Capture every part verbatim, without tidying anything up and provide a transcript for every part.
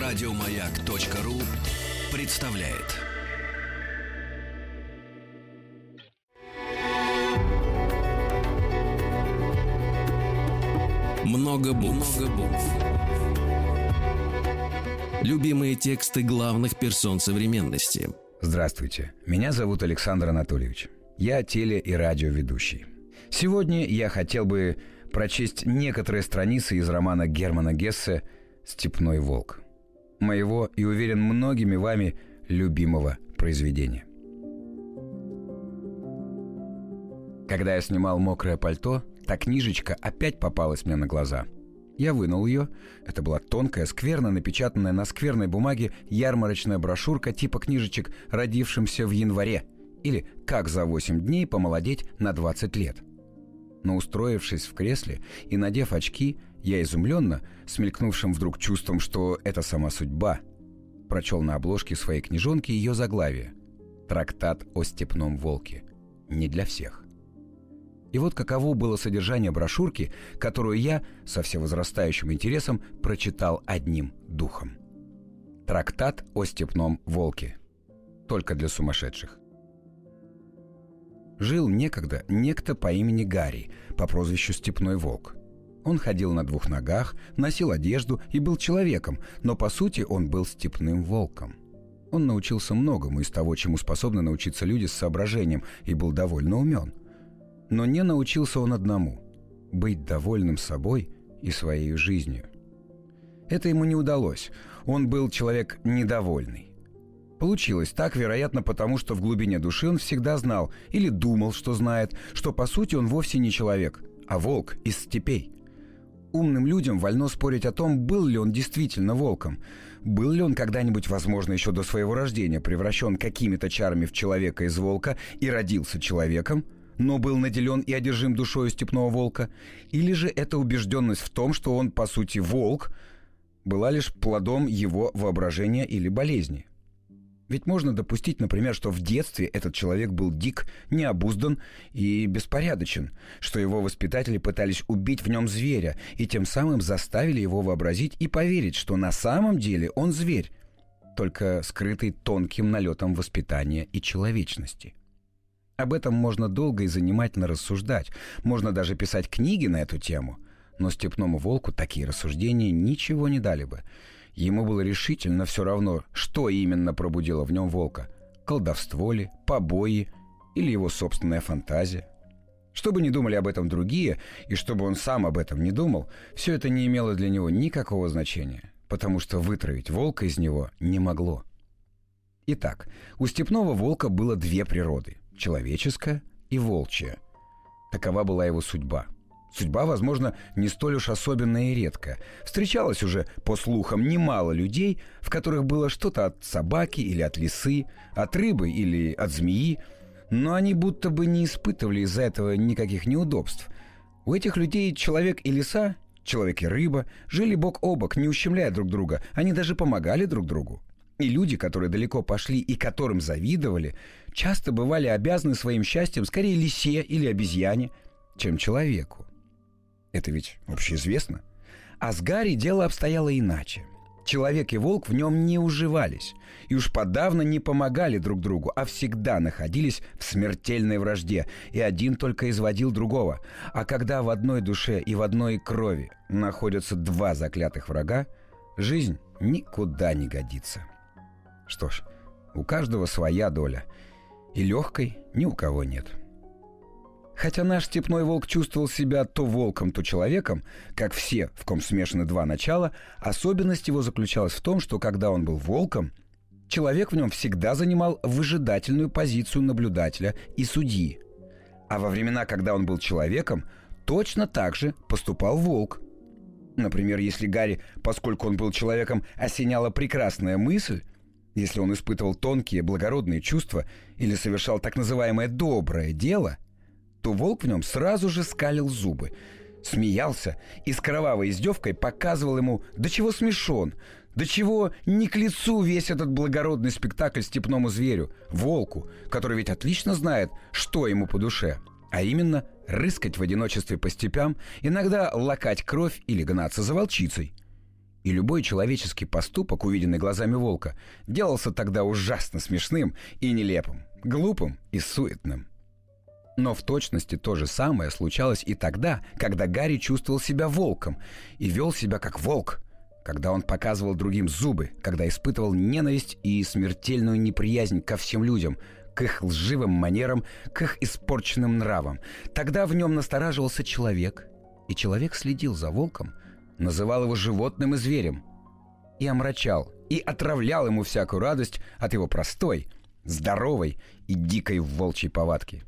Радиомаяк.ру представляет. Много букв. Много букв. Любимые тексты главных персон современности. Здравствуйте, меня зовут Александр Анатольевич. Я теле- и радиоведущий. Сегодня я хотел бы прочесть некоторые страницы из романа Германа Гессе «Степной волк», моего и, уверен, многими вами любимого произведения. Когда я снимал мокрое пальто, та книжечка опять попалась мне на глаза. Я вынул ее. Это была тонкая, скверно напечатанная на скверной бумаге ярмарочная брошюрка типа книжечек «Родившимся в январе» или «Как за восемь дней помолодеть на двадцать лет». Но, устроившись в кресле и надев очки, я изумленно, смелькнувшим вдруг чувством, что это сама судьба, прочел на обложке своей книжонки ее заглавие «Трактат о степном волке. Не для всех». И вот каково было содержание брошюрки, которую я со всевозрастающим интересом прочитал одним духом. Трактат о степном волке. Только для сумасшедших. Жил некогда некто по имени Гарри, по прозвищу Степной волк. Он ходил на двух ногах, носил одежду и был человеком, но по сути он был степным волком. Он научился многому из того, чему способны научиться люди с соображением, и был довольно умен. Но не научился он одному – быть довольным собой и своей жизнью. Это ему не удалось. Он был человек недовольный. Получилось так, вероятно, потому что в глубине души он всегда знал или думал, что знает, что по сути он вовсе не человек, а волк из степей. Умным людям вольно спорить о том, был ли он действительно волком, был ли он когда-нибудь, возможно, еще до своего рождения превращен какими-то чарами в человека из волка и родился человеком, но был наделен и одержим душою степного волка, или же эта убежденность в том, что он, по сути, волк, была лишь плодом его воображения или болезни. Ведь можно допустить, например, что в детстве этот человек был дик, необуздан и беспорядочен, что его воспитатели пытались убить в нем зверя и тем самым заставили его вообразить и поверить, что на самом деле он зверь, только скрытый тонким налетом воспитания и человечности. Об этом можно долго и занимательно рассуждать, можно даже писать книги на эту тему, но степному волку такие рассуждения ничего не дали бы. Ему было решительно все равно, что именно пробудило в нем волка – колдовство ли, побои или его собственная фантазия. Что бы ни думали об этом другие, и чтобы он сам об этом не думал, все это не имело для него никакого значения, потому что вытравить волка из него не могло. Итак, у степного волка было две природы – человеческая и волчья. Такова была его судьба. Судьба, возможно, не столь уж особенная и редкая. Встречалось уже, по слухам, немало людей, в которых было что-то от собаки или от лисы, от рыбы или от змеи, но они будто бы не испытывали из-за этого никаких неудобств. У этих людей человек и лиса, человек и рыба жили бок о бок, не ущемляя друг друга, они даже помогали друг другу. И люди, которые далеко пошли и которым завидовали, часто бывали обязаны своим счастьем скорее лисе или обезьяне, чем человеку. Это ведь общеизвестно. А с Гарри дело обстояло иначе. Человек и волк в нем не уживались, и уж подавно не помогали друг другу, а всегда находились в смертельной вражде, и один только изводил другого. А когда в одной душе и в одной крови находятся два заклятых врага, жизнь никуда не годится. Что ж, у каждого своя доля, и легкой ни у кого нет. Хотя наш степной волк чувствовал себя то волком, то человеком, как все, в ком смешаны два начала, особенность его заключалась в том, что когда он был волком, человек в нем всегда занимал выжидательную позицию наблюдателя и судьи. А во времена, когда он был человеком, точно так же поступал волк. Например, если Гарри, поскольку он был человеком, осеняла прекрасная мысль, если он испытывал тонкие, благородные чувства или совершал так называемое «доброе дело», то волк в нем сразу же скалил зубы, смеялся и с кровавой издевкой показывал ему, до чего смешон, до чего не к лицу весь этот благородный спектакль степному зверю, волку, который ведь отлично знает, что ему по душе, а именно рыскать в одиночестве по степям, иногда лакать кровь или гнаться за волчицей. И любой человеческий поступок, увиденный глазами волка, делался тогда ужасно смешным и нелепым, глупым и суетным. Но в точности то же самое случалось и тогда, когда Гарри чувствовал себя волком и вел себя как волк, когда он показывал другим зубы, когда испытывал ненависть и смертельную неприязнь ко всем людям, к их лживым манерам, к их испорченным нравам. Тогда в нем настораживался человек, и человек следил за волком, называл его животным и зверем, и омрачал, и отравлял ему всякую радость от его простой, здоровой и дикой волчьей повадки.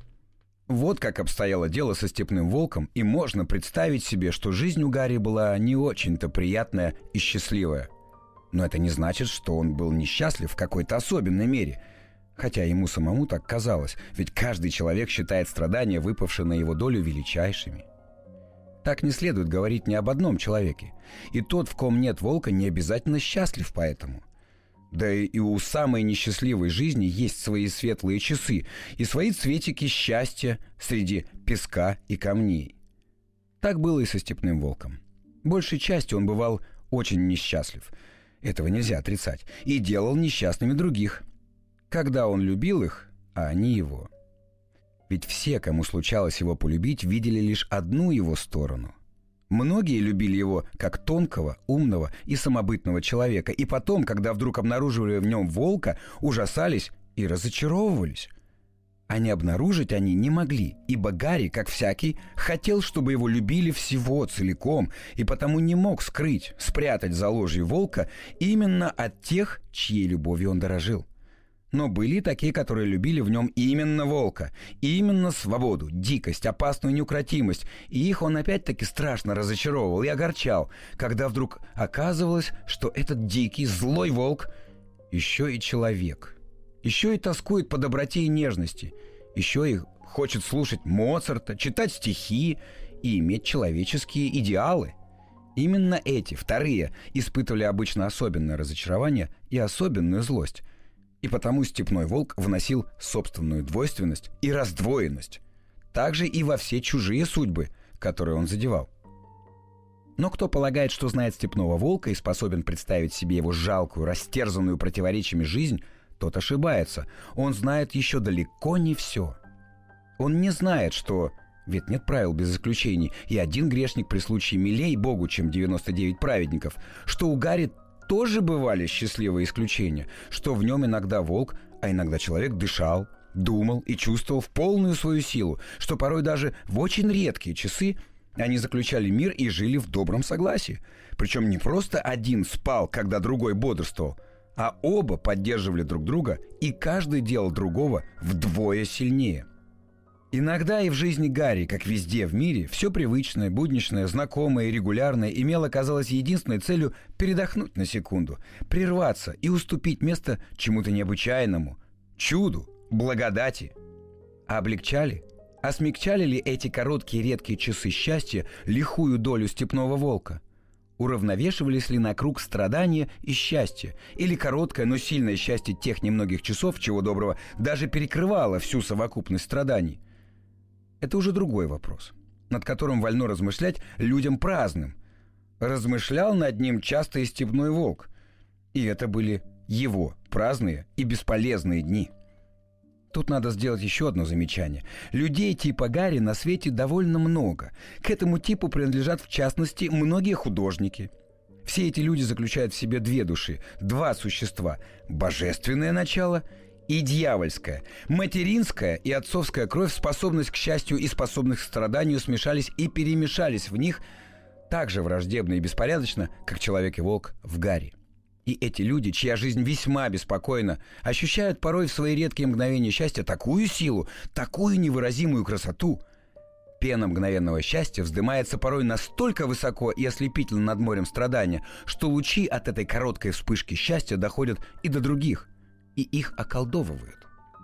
Вот как обстояло дело со степным волком, и можно представить себе, что жизнь у Гарри была не очень-то приятная и счастливая. Но это не значит, что он был несчастлив в какой-то особенной мере, хотя ему самому так казалось, ведь каждый человек считает страдания, выпавшие на его долю, величайшими. Так не следует говорить ни об одном человеке, и тот, в ком нет волка, не обязательно счастлив поэтому. Да и у самой несчастливой жизни есть свои светлые часы и свои цветики счастья среди песка и камней. Так было и со степным волком. Большей частью он бывал очень несчастлив, этого нельзя отрицать, и делал несчастными других, когда он любил их, а они его. Ведь все, кому случалось его полюбить, видели лишь одну его сторону. Многие любили его как тонкого, умного и самобытного человека, и потом, когда вдруг обнаруживали в нем волка, ужасались и разочаровывались. А не обнаружить они не могли, ибо Гарри, как всякий, хотел, чтобы его любили всего целиком, и потому не мог скрыть, спрятать за ложью волка именно от тех, чьей любовью он дорожил. Но были и такие, которые любили в нем именно волка, именно свободу, дикость, опасную неукротимость, и их он опять-таки страшно разочаровывал и огорчал, когда вдруг оказывалось, что этот дикий, злой волк еще и человек, еще и тоскует по доброте и нежности, еще и хочет слушать Моцарта, читать стихи и иметь человеческие идеалы. Именно эти, вторые, испытывали обычно особенное разочарование и особенную злость. И потому степной волк вносил собственную двойственность и раздвоенность, также и во все чужие судьбы, которые он задевал. Но кто полагает, что знает степного волка и способен представить себе его жалкую, растерзанную противоречиями жизнь, тот ошибается. Он знает еще далеко не все. Он не знает, что... Ведь нет правил без исключений, и один грешник при случае милей Богу, чем девяносто девять праведников, что у Гарри тоже бывали счастливые исключения, что в нем иногда волк, а иногда человек дышал, думал и чувствовал в полную свою силу, что порой даже в очень редкие часы они заключали мир и жили в добром согласии. Причем не просто один спал, когда другой бодрствовал, а оба поддерживали друг друга, и каждый делал другого вдвое сильнее. Иногда и в жизни Гарри, как везде в мире, все привычное, будничное, знакомое и регулярное имело, казалось, единственной целью передохнуть на секунду, прерваться и уступить место чему-то необычайному, чуду, благодати. А облегчали, а смягчали ли эти короткие редкие часы счастья лихую долю степного волка? Уравновешивались ли на круг страдания и счастья? Или короткое, но сильное счастье тех немногих часов, чего доброго, даже перекрывало всю совокупность страданий? Это уже другой вопрос, над которым вольно размышлять людям праздным. Размышлял над ним часто и степной волк. И это были его праздные и бесполезные дни. Тут надо сделать еще одно замечание. Людей типа Гарри на свете довольно много. К этому типу принадлежат, в частности, многие художники. Все эти люди заключают в себе две души, два существа – божественное начало – и дьявольская, материнская и отцовская кровь, способность к счастью и способность к страданию смешались и перемешались в них так же враждебно и беспорядочно, как человек и волк в Гарри. И эти люди, чья жизнь весьма беспокойна, ощущают порой в свои редкие мгновения счастья такую силу, такую невыразимую красоту. Пена мгновенного счастья вздымается порой настолько высоко и ослепительно над морем страдания, что лучи от этой короткой вспышки счастья доходят и до других, и их околдовывают.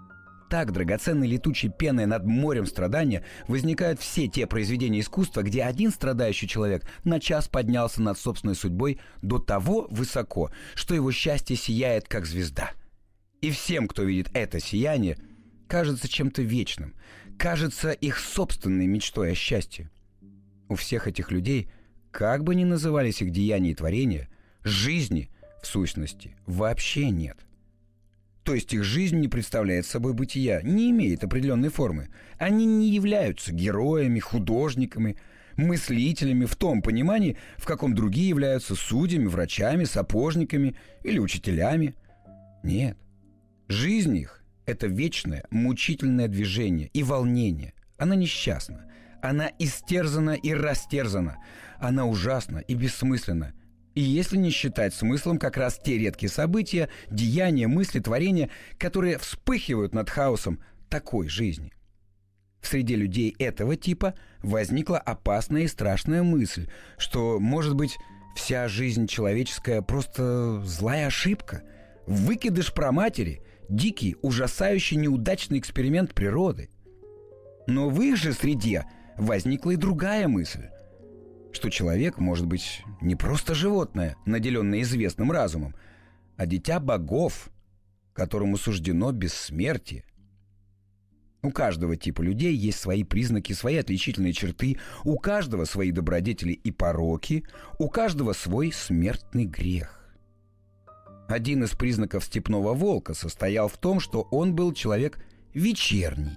Так драгоценной летучей пеной над морем страдания возникают все те произведения искусства, где один страдающий человек на час поднялся над собственной судьбой до того высоко, что его счастье сияет, как звезда. И всем, кто видит это сияние, кажется чем-то вечным, кажется их собственной мечтой о счастье. У всех этих людей, как бы ни назывались их деяния и творения, Жизни, в сущности, вообще нет. То есть их жизнь не представляет собой бытия, не имеет определенной формы. Они не являются героями, художниками, мыслителями в том понимании, в каком другие являются судьями, врачами, сапожниками или учителями. Нет. Жизнь их – это вечное, мучительное движение и волнение. Она несчастна. Она истерзана и растерзана. Она ужасна и бессмысленна. И если не считать смыслом как раз те редкие события, деяния, мысли, творения, которые вспыхивают над хаосом такой жизни. В среде людей этого типа возникла опасная и страшная мысль, что, может быть, вся жизнь человеческая просто злая ошибка, выкидыш праматери, дикий, ужасающий, неудачный эксперимент природы. Но в их же среде возникла и другая мысль, что человек может быть не просто животное, наделенное известным разумом, а дитя богов, которому суждено бессмертие. У каждого типа людей есть свои признаки, свои отличительные черты, у каждого свои добродетели и пороки, у каждого свой смертный грех. Один из признаков степного волка состоял в том, что он был человек вечерний.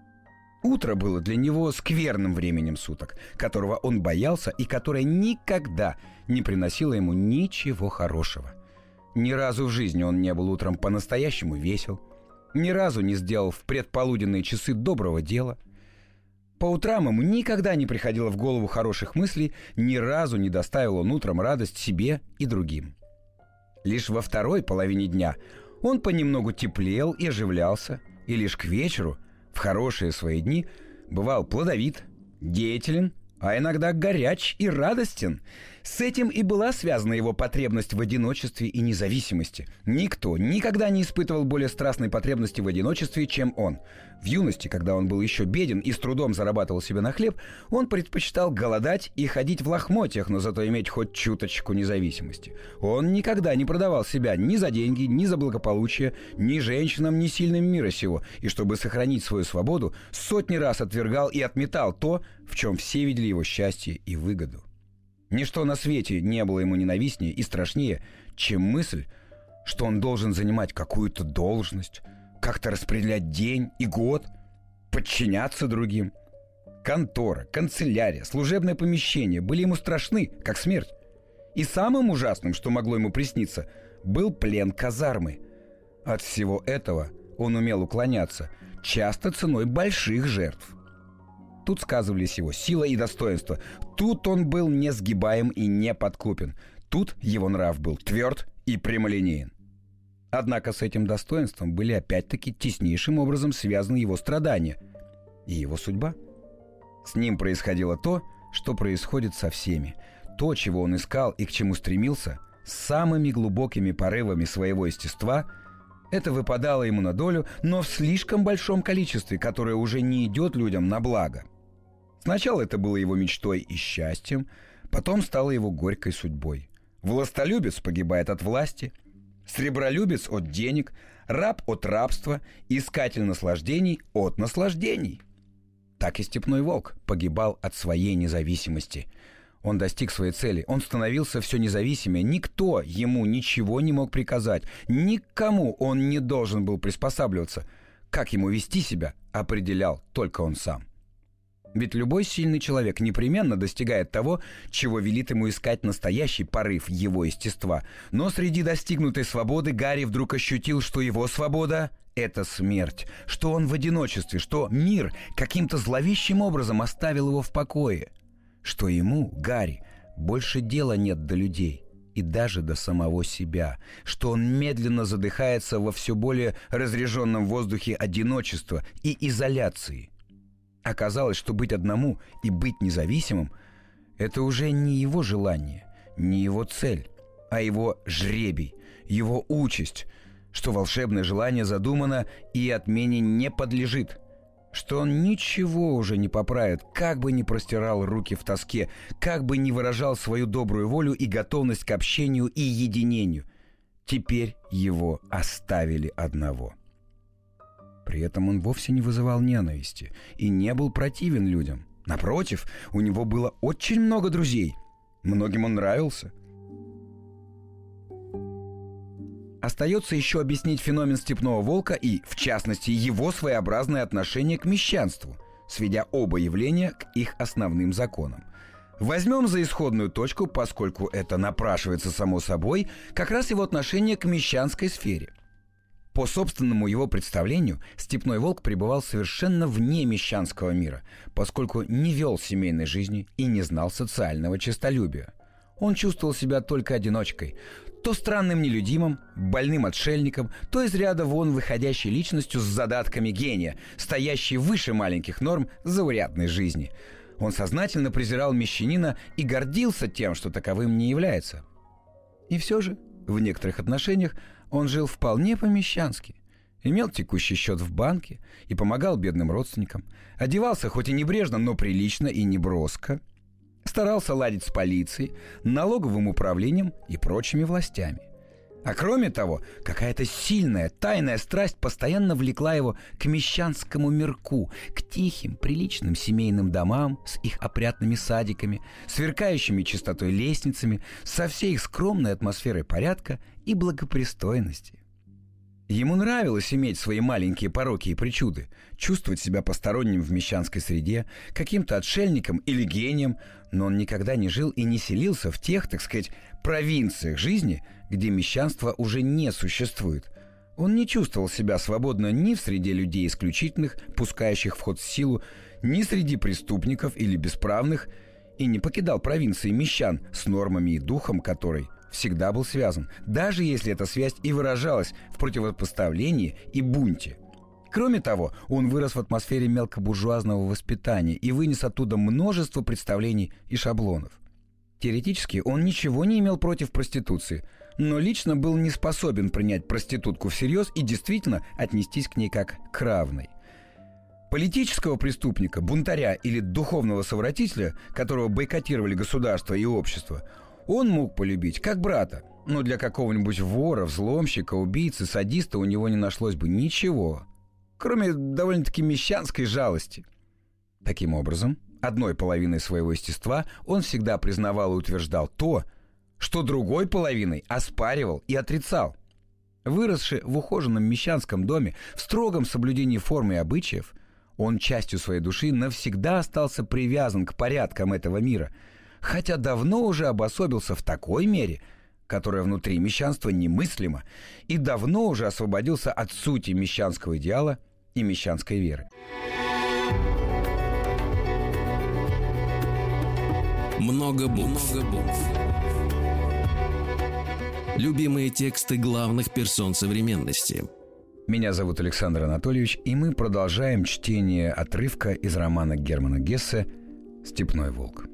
Утро было для него скверным временем суток, которого он боялся и которое никогда не приносило ему ничего хорошего. Ни разу в жизни он не был утром по-настоящему весел, ни разу не сделал в предполуденные часы доброго дела. По утрам ему никогда не приходило в голову хороших мыслей, ни разу не доставил он утром радость себе и другим. Лишь во второй половине дня он понемногу теплел и оживлялся, и лишь к вечеру, в хорошие свои дни, бывал плодовит, деятелен, а иногда горяч и радостен. С этим и была связана его потребность в одиночестве и независимости. Никто никогда не испытывал более страстной потребности в одиночестве, чем он. В юности, когда он был еще беден и с трудом зарабатывал себе на хлеб, он предпочитал голодать и ходить в лохмотьях, но зато иметь хоть чуточку независимости. Он никогда не продавал себя ни за деньги, ни за благополучие, ни женщинам, ни сильным мира сего, и чтобы сохранить свою свободу, сотни раз отвергал и отметал то, в чем все видели его счастье и выгоду. Ничто на свете не было ему ненавистнее и страшнее, чем мысль, что он должен занимать какую-то должность, как-то распределять день и год, подчиняться другим. Контора, канцелярия, служебное помещение были ему страшны, как смерть. И самым ужасным, что могло ему присниться, был плен казармы. От всего этого он умел уклоняться, часто ценой больших жертв. Тут сказывались его сила и достоинство. Тут он был несгибаем и неподкупен. Тут его нрав был тверд и прямолинеен. Однако с этим достоинством были опять-таки теснейшим образом связаны его страдания и его судьба. С ним происходило то, что происходит со всеми. То, чего он искал и к чему стремился, с самыми глубокими порывами своего естества, это выпадало ему на долю, но в слишком большом количестве, которое уже не идет людям на благо. Сначала это было его мечтой и счастьем, потом стало его горькой судьбой. Властолюбец погибает от власти, сребролюбец от денег, раб от рабства, искатель наслаждений от наслаждений. Так и степной волк погибал от своей независимости. Он достиг своей цели, он становился все независимее, никто ему ничего не мог приказать, никому он не должен был приспосабливаться. Как ему вести себя, определял только он сам. Ведь любой сильный человек непременно достигает того, чего велит ему искать настоящий порыв его естества. Но среди достигнутой свободы Гарри вдруг ощутил, что его свобода — это смерть, что он в одиночестве, что мир каким-то зловещим образом оставил его в покое, что ему, Гарри, больше дела нет до людей и даже до самого себя, что он медленно задыхается во все более разреженном воздухе одиночества и изоляции. Оказалось, что быть одному и быть независимым — это уже не его желание, не его цель, а его жребий, его участь, что волшебное желание задумано и отмене не подлежит, что он ничего уже не поправит, как бы ни простирал руки в тоске, как бы ни выражал свою добрую волю и готовность к общению и единению. Теперь его оставили одного. При этом он вовсе не вызывал ненависти и не был противен людям. Напротив, у него было очень много друзей. Многим он нравился. Остается еще объяснить феномен степного волка и, в частности, его своеобразное отношение к мещанству, сведя оба явления к их основным законам. Возьмем за исходную точку, поскольку это напрашивается само собой, как раз его отношение к мещанской сфере. По собственному его представлению, степной волк пребывал совершенно вне мещанского мира, поскольку не вел семейной жизни и не знал социального честолюбия. Он чувствовал себя только одиночкой, то странным нелюдимым, больным отшельником, то из ряда вон выходящей личностью с задатками гения, стоящей выше маленьких норм заурядной жизни. Он сознательно презирал мещанина и гордился тем, что таковым не является. И все же, в некоторых отношениях, он жил вполне по-мещански. Имел текущий счет в банке и помогал бедным родственникам. Одевался хоть и небрежно, но прилично и не броско. Старался ладить с полицией, налоговым управлением и прочими властями. А кроме того, какая-то сильная, тайная страсть постоянно влекла его к мещанскому мирку, к тихим, приличным семейным домам с их опрятными садиками, сверкающими чистотой лестницами, со всей их скромной атмосферой порядка и благопристойности. Ему нравилось иметь свои маленькие пороки и причуды, чувствовать себя посторонним в мещанской среде, каким-то отшельником или гением, но он никогда не жил и не селился в тех, так сказать, провинциях жизни, где мещанство уже не существует. Он не чувствовал себя свободно ни в среде людей исключительных, пускающих в ход силу, ни среди преступников или бесправных, и не покидал провинции мещан с нормами и духом которой всегда был связан, даже если эта связь и выражалась в противопоставлении и бунте. Кроме того, он вырос в атмосфере мелкобуржуазного воспитания и вынес оттуда множество представлений и шаблонов. Теоретически он ничего не имел против проституции, но лично был не способен принять проститутку всерьез и действительно отнестись к ней как к равной. Политического преступника, бунтаря или духовного совратителя, которого бойкотировали государство и общество, он мог полюбить как брата, но для какого-нибудь вора, взломщика, убийцы, садиста у него не нашлось бы ничего, кроме довольно-таки мещанской жалости. Таким образом, одной половиной своего естества он всегда признавал и утверждал то, что другой половиной оспаривал и отрицал. Выросший в ухоженном мещанском доме в строгом соблюдении форм и обычаев, он частью своей души навсегда остался привязан к порядкам этого мира, хотя давно уже обособился в такой мере, которая внутри мещанства немыслима, и давно уже освободился от сути мещанского идеала и мещанской веры. Много букв. Много букв. Любимые тексты главных персон современности. Меня зовут Александр Анатольевич, и мы продолжаем чтение отрывка из романа Германа Гессе «Степной волк».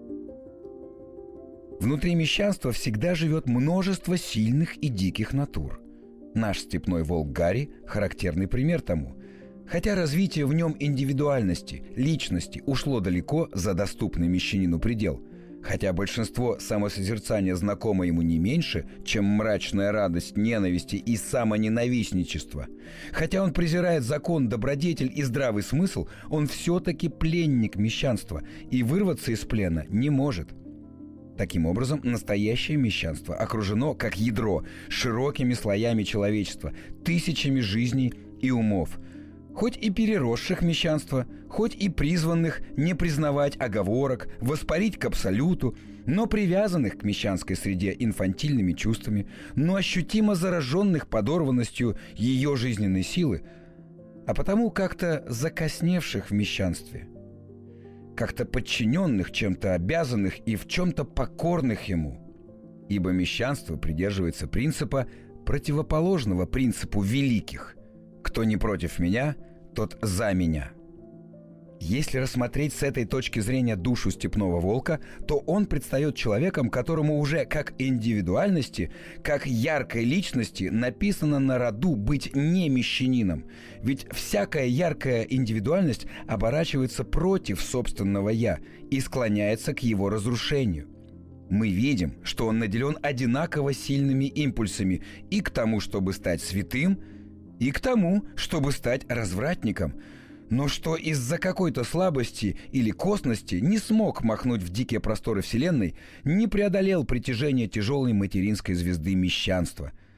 Внутри мещанства всегда живет множество сильных и диких натур. Наш степной волк Гарри – характерный пример тому. Хотя развитие в нем индивидуальности, личности ушло далеко за доступный мещанину предел, хотя большинство самосозерцания знакомо ему не меньше, чем мрачная радость ненависти и самоненавистничества, хотя он презирает закон, добродетель и здравый смысл, он все-таки пленник мещанства и вырваться из плена не может. Таким образом, настоящее мещанство окружено, как ядро, широкими слоями человечества, тысячами жизней и умов, хоть и переросших мещанство, хоть и призванных не признавать оговорок, воспарить к абсолюту, но привязанных к мещанской среде инфантильными чувствами, но ощутимо зараженных подорванностью ее жизненной силы, а потому как-то закосневших в мещанстве, как-то подчиненных, чем-то обязанных и в чем-то покорных ему. Ибо мещанство придерживается принципа, противоположного принципу великих. Кто не против меня, тот за меня. Если рассмотреть с этой точки зрения душу степного волка, то он предстает человеком, которому уже как индивидуальности, как яркой личности написано на роду быть не мещанином. Ведь всякая яркая индивидуальность оборачивается против собственного «я» и склоняется к его разрушению. Мы видим, что он наделен одинаково сильными импульсами и к тому, чтобы стать святым, и к тому, чтобы стать развратником, но что из-за какой-то слабости или косности не смог махнуть в дикие просторы Вселенной, не преодолел притяжение тяжелой материнской звезды мещанства.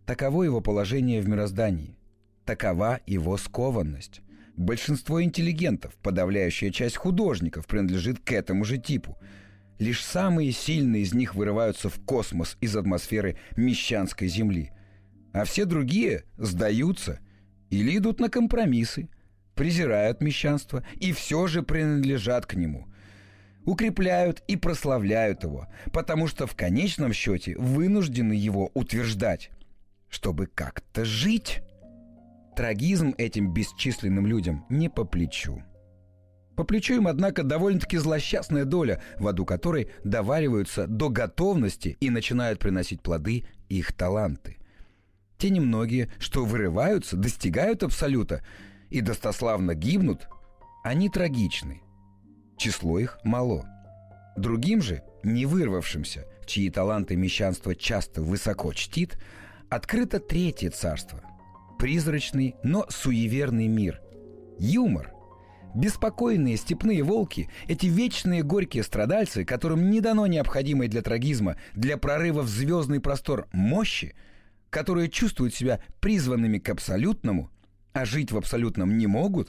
Таково его положение в мироздании. Такова его скованность. Большинство интеллигентов, подавляющая часть художников принадлежит к этому же типу. Лишь самые сильные из них вырываются в космос из атмосферы мещанской земли. А все другие сдаются или идут на компромиссы, презирают мещанство и все же принадлежат к нему. Укрепляют и прославляют его, потому что в конечном счете вынуждены его утверждать, чтобы как-то жить. Трагизм этим бесчисленным людям не по плечу. По плечу им, однако, довольно-таки злосчастная доля, в аду которой довариваются до готовности и начинают приносить плоды их таланты. Те немногие, что вырываются, достигают абсолюта и достославно гибнут, они трагичны. Число их мало. Другим же, не вырвавшимся, чьи таланты мещанство часто высоко чтит, открыто третье царство. Призрачный, но суеверный мир. Юмор. Беспокойные степные волки, эти вечные горькие страдальцы, которым не дано необходимой для трагизма, для прорыва в звездный простор мощи, которые чувствуют себя призванными к абсолютному, а жить в абсолютном не могут,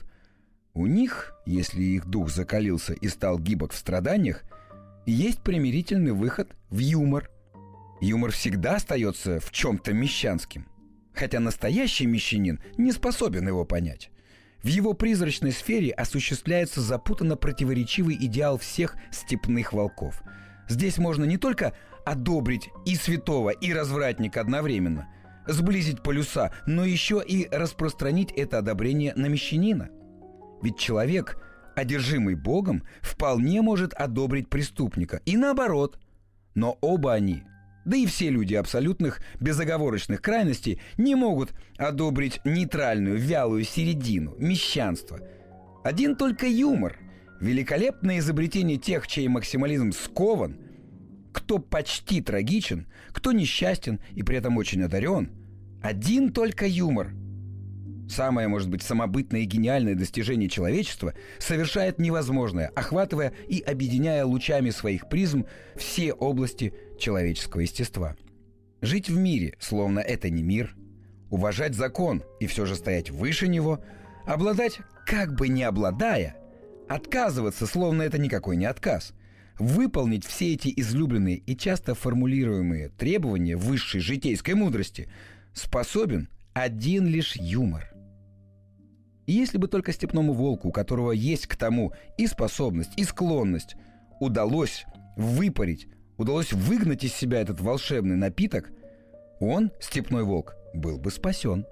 у них, если их дух закалился и стал гибок в страданиях, есть примирительный выход в юмор. Юмор всегда остается в чем-то мещанским, хотя настоящий мещанин не способен его понять. В его призрачной сфере осуществляется запутанно противоречивый идеал всех степных волков. Здесь можно не только одобрить и святого, и развратника одновременно, сблизить полюса, но еще и распространить это одобрение на мещанина. Ведь человек, одержимый Богом, вполне может одобрить преступника, и наоборот. Но оба они, да и все люди абсолютных безоговорочных крайностей, не могут одобрить нейтральную, вялую середину, мещанство. Один только юмор, великолепное изобретение тех, чей максимализм скован, кто почти трагичен, кто несчастен и при этом очень одарен. Один только юмор, самое, может быть, самобытное и гениальное достижение человечества, совершает невозможное, охватывая и объединяя лучами своих призм все области человеческого естества. Жить в мире, словно это не мир, уважать закон и все же стоять выше него, обладать, как бы не обладая, отказываться, словно это никакой не отказ, выполнить все эти излюбленные и часто формулируемые требования высшей житейской мудрости способен один лишь юмор. И если бы только степному волку, у которого есть к тому и способность, и склонность, удалось выпарить, удалось выгнать из себя этот волшебный напиток, он, степной волк, был бы спасен.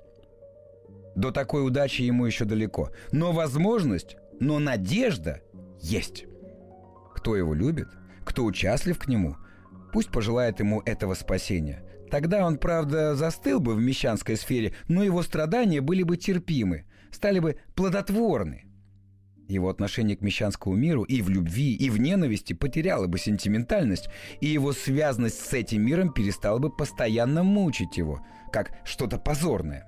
До такой удачи ему еще далеко, но возможность, но надежда есть. Кто его любит, кто участлив к нему, пусть пожелает ему этого спасения. Тогда он, правда, застыл бы в мещанской сфере, но его страдания были бы терпимы, стали бы плодотворны. Его отношение к мещанскому миру и в любви, и в ненависти потеряло бы сентиментальность, и его связность с этим миром перестала бы постоянно мучить его, как что-то позорное.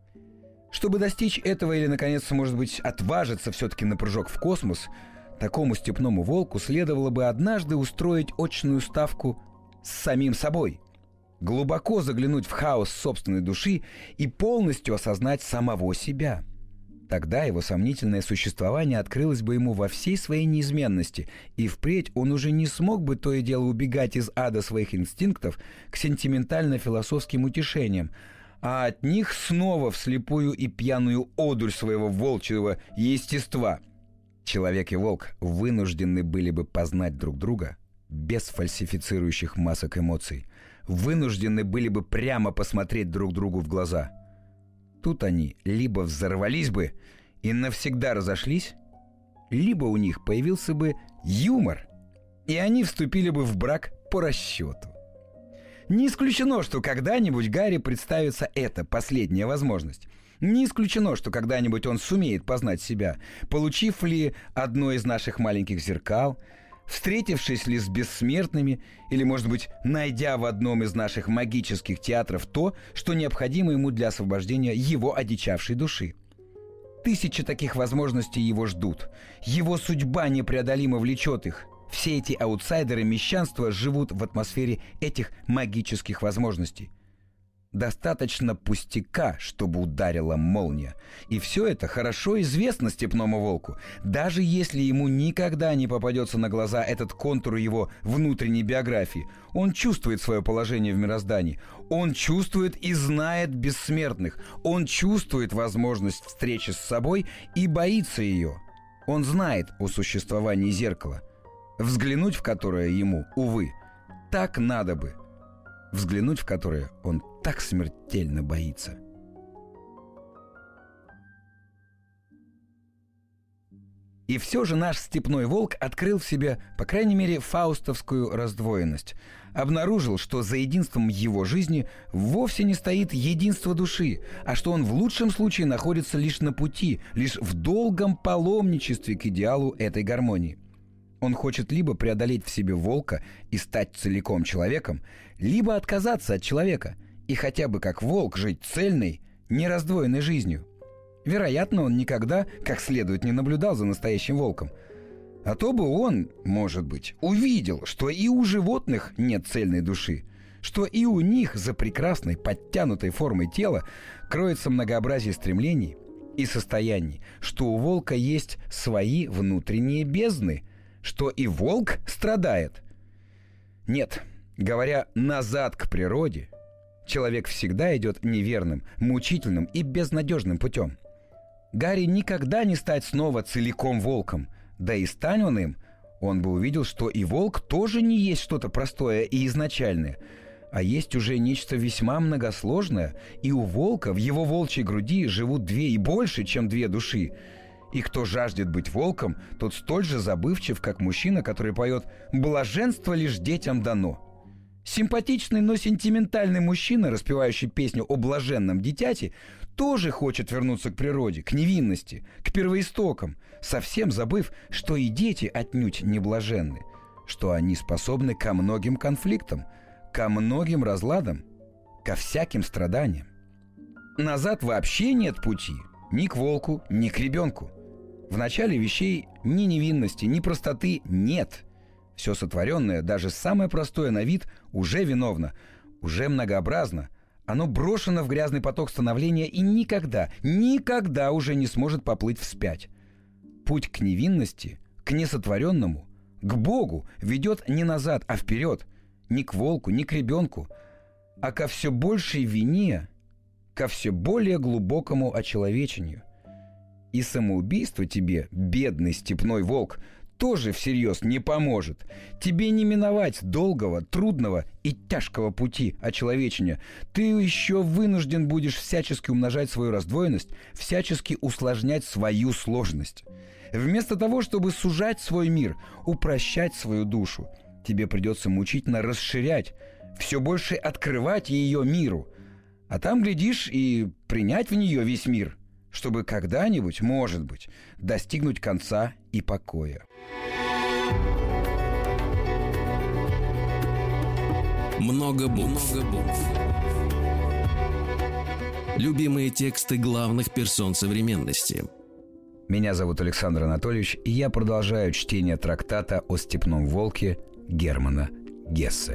Чтобы достичь этого или, наконец, может быть, отважиться все-таки на прыжок в космос, такому степному волку следовало бы однажды устроить очную ставку с самим собой, глубоко заглянуть в хаос собственной души и полностью осознать самого себя. Тогда его сомнительное существование открылось бы ему во всей своей неизменности, и впредь он уже не смог бы то и дело убегать из ада своих инстинктов к сентиментально-философским утешениям, а от них снова в слепую и пьяную одурь своего волчьего естества. Человек и волк вынуждены были бы познать друг друга без фальсифицирующих масок эмоций, вынуждены были бы прямо посмотреть друг другу в глаза. Тут они либо взорвались бы и навсегда разошлись, либо у них появился бы юмор, и они вступили бы в брак по расчету. Не исключено, что когда-нибудь Гарри представится эта последняя возможность. Не исключено, что когда-нибудь он сумеет познать себя, получив ли одно из наших маленьких зеркал, встретившись ли с бессмертными, или, может быть, найдя в одном из наших магических театров то, что необходимо ему для освобождения его одичавшей души. Тысячи таких возможностей его ждут. Его судьба непреодолимо влечет их. Все эти аутсайдеры мещанства живут в атмосфере этих магических возможностей. Достаточно пустяка, чтобы ударила молния. И все это хорошо известно степному волку. Даже если ему никогда не попадется на глаза этот контур его внутренней биографии, он чувствует свое положение в мироздании. Он чувствует и знает бессмертных. Он чувствует возможность встречи с собой и боится ее. Он знает о существовании зеркала, взглянуть в которое ему, увы, так надо бы. Взглянуть в которое он так смертельно боится. И все же наш степной волк открыл в себе, по крайней мере, фаустовскую раздвоенность. Обнаружил, что за единством его жизни вовсе не стоит единство души, а что он в лучшем случае находится лишь на пути, лишь в долгом паломничестве к идеалу этой гармонии. Он хочет либо преодолеть в себе волка и стать целиком человеком, либо отказаться от человека и хотя бы как волк жить цельной, нераздвоенной жизнью. Вероятно, он никогда как следует не наблюдал за настоящим волком. А то бы он, может быть, увидел, что и у животных нет цельной души, что и у них за прекрасной подтянутой формой тела кроется многообразие стремлений и состояний, что у волка есть свои внутренние бездны, что и волк страдает. Нет, говоря назад к природе, человек всегда идет неверным, мучительным и безнадежным путем. Гарри никогда не стать снова целиком волком, да и стань он им, он бы увидел, что и волк тоже не есть что-то простое и изначальное, а есть уже нечто весьма многосложное, и у волка в его волчьей груди живут две и больше, чем две души. И кто жаждет быть волком, тот столь же забывчив, как мужчина, который поет «Блаженство лишь детям дано». Симпатичный, но сентиментальный мужчина, распевающий песню о блаженном дитяти, тоже хочет вернуться к природе, к невинности, к первоистокам, совсем забыв, что и дети отнюдь не блаженны, что они способны ко многим конфликтам, ко многим разладам, ко всяким страданиям. Назад вообще нет пути, ни к волку, ни к ребенку. В начале вещей ни невинности, ни простоты нет. Все сотворенное, даже самое простое на вид, уже виновно, уже многообразно. Оно брошено в грязный поток становления и никогда, никогда уже не сможет поплыть вспять. Путь к невинности, к несотворенному, к Богу ведет не назад, а вперед. Ни к волку, ни к ребенку, а ко все большей вине, ко все более глубокому очеловечению. И самоубийство тебе, бедный степной волк, тоже всерьез не поможет. Тебе не миновать долгого, трудного и тяжкого пути очеловечения. Ты еще вынужден будешь всячески умножать свою раздвоенность, всячески усложнять свою сложность. Вместо того, чтобы сужать свой мир, упрощать свою душу, тебе придется мучительно расширять, все больше открывать ее миру. А там, глядишь, и принять в нее весь мир, чтобы когда-нибудь, может быть, достигнуть конца и покоя. Много букв. Много букв. Любимые тексты главных персон современности. Меня зовут Александр Анатольевич, и я продолжаю чтение трактата о степном волке Германа Гессе.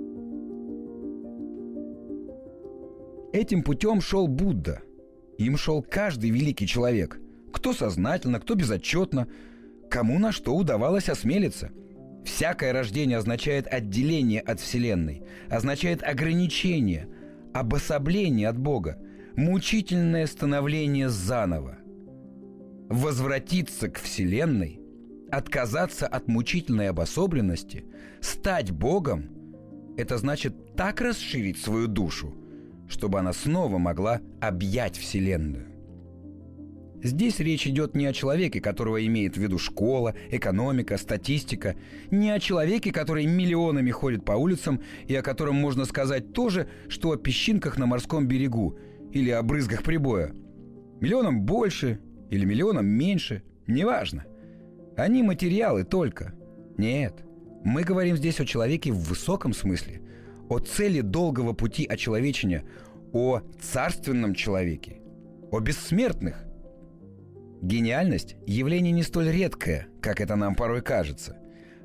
Этим путем шел Будда. Им шел каждый великий человек. Кто сознательно, кто безотчетно, кому на что удавалось осмелиться. Всякое рождение означает отделение от Вселенной, означает ограничение, обособление от Бога, мучительное становление заново. Возвратиться к Вселенной, отказаться от мучительной обособленности, стать Богом – это значит так расширить свою душу, чтобы она снова могла объять Вселенную. Здесь речь идет не о человеке, которого имеет в виду школа, экономика, статистика, не о человеке, который миллионами ходит по улицам и о котором можно сказать то же, что о песчинках на морском берегу или о брызгах прибоя. Миллионом больше или миллионом меньше, неважно. Они материалы только. Нет, мы говорим здесь о человеке в высоком смысле, о цели долгого пути очеловечения, о царственном человеке, о бессмертных. Гениальность – явление не столь редкое, как это нам порой кажется.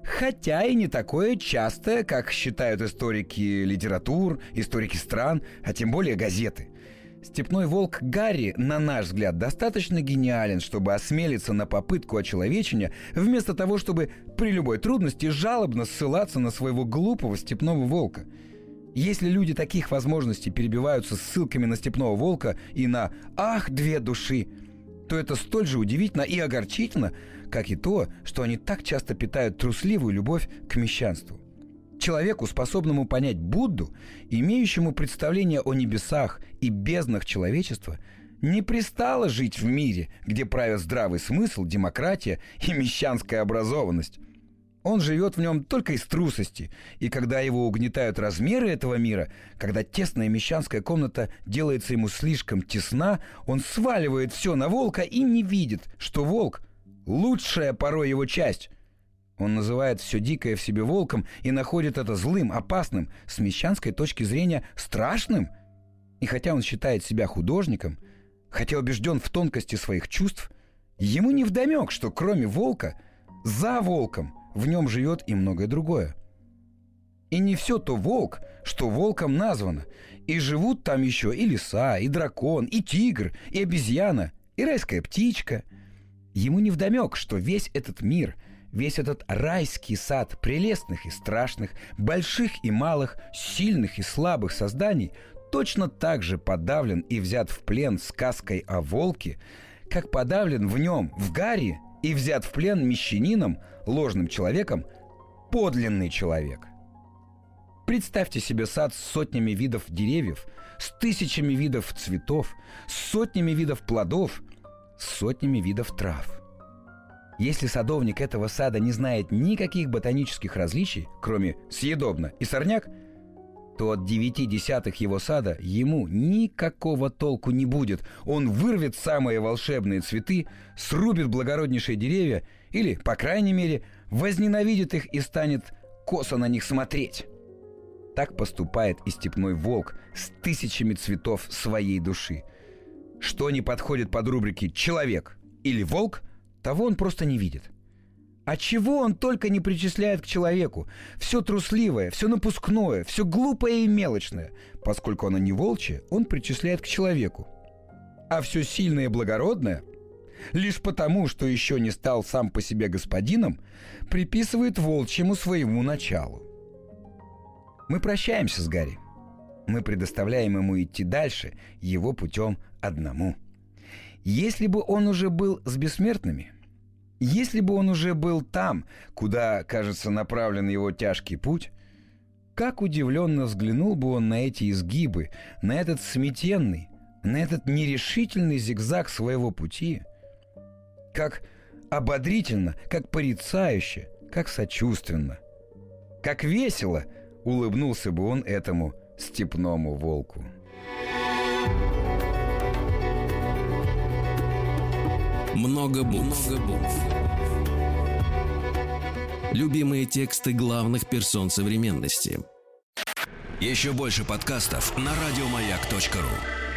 хотя и не такое частое, как считают историки литератур, историки стран, а тем более газеты. Степной волк Гарри, на наш взгляд, достаточно гениален, чтобы осмелиться на попытку очеловечения, вместо того, чтобы при любой трудности жалобно ссылаться на своего глупого степного волка. Если люди таких возможностей перебиваются ссылками на степного волка и на «ах, две души», то это столь же удивительно и огорчительно, как и то, что они так часто питают трусливую любовь к мещанству. Человеку, способному понять Будду, имеющему представление о небесах и безднах человечества, не пристало жить в мире, где правят здравый смысл, демократия и мещанская образованность. Он живет в нем только из трусости, и когда его угнетают размеры этого мира, когда тесная мещанская комната делается ему слишком тесна, он сваливает все на волка и не видит, что волк – лучшая порой его часть. Он называет все дикое в себе волком и находит это злым, опасным, с мещанской точки зрения страшным. И хотя он считает себя художником, хотя убежден в тонкости своих чувств, ему невдомек, что кроме волка, за волком в нем живет и многое другое. И не все то волк, что волком названо, и живут там еще и лиса, и дракон, и тигр, и обезьяна, и райская птичка. Ему невдомек, что весь этот мир – весь этот райский сад прелестных и страшных, больших и малых, сильных и слабых созданий точно так же подавлен и взят в плен сказкой о волке, как подавлен в нем, в Гарри, и взят в плен мещанином, ложным человеком, подлинный человек. Представьте себе сад с сотнями видов деревьев, с тысячами видов цветов, с сотнями видов плодов, с сотнями видов трав. Если садовник этого сада не знает никаких ботанических различий, кроме съедобно и сорняк, то от девяти десятых его сада ему никакого толку не будет. Он вырвет самые волшебные цветы, срубит благороднейшие деревья или, по крайней мере, возненавидит их и станет косо на них смотреть. Так поступает и степной волк с тысячами цветов своей души. Что не подходит под рубрики «человек» или «волк», того он просто не видит. А чего он только не причисляет к человеку? Все трусливое, все напускное, все глупое и мелочное. Поскольку оно не волчье, он причисляет к человеку. А все сильное и благородное, лишь потому, что еще не стал сам по себе господином, приписывает волчьему своему началу. Мы прощаемся с Гарри. Мы предоставляем ему идти дальше, его путем одному. Если бы он уже был с бессмертными, если бы он уже был там, куда, кажется, направлен его тяжкий путь, как удивленно взглянул бы он на эти изгибы, на этот сметенный, на этот нерешительный зигзаг своего пути, как ободрительно, как порицающе, как сочувственно, как весело улыбнулся бы он этому степному волку. Много букв. Много букв. Любимые тексты главных персон современности. Еще больше подкастов на радиомаяк точка ру.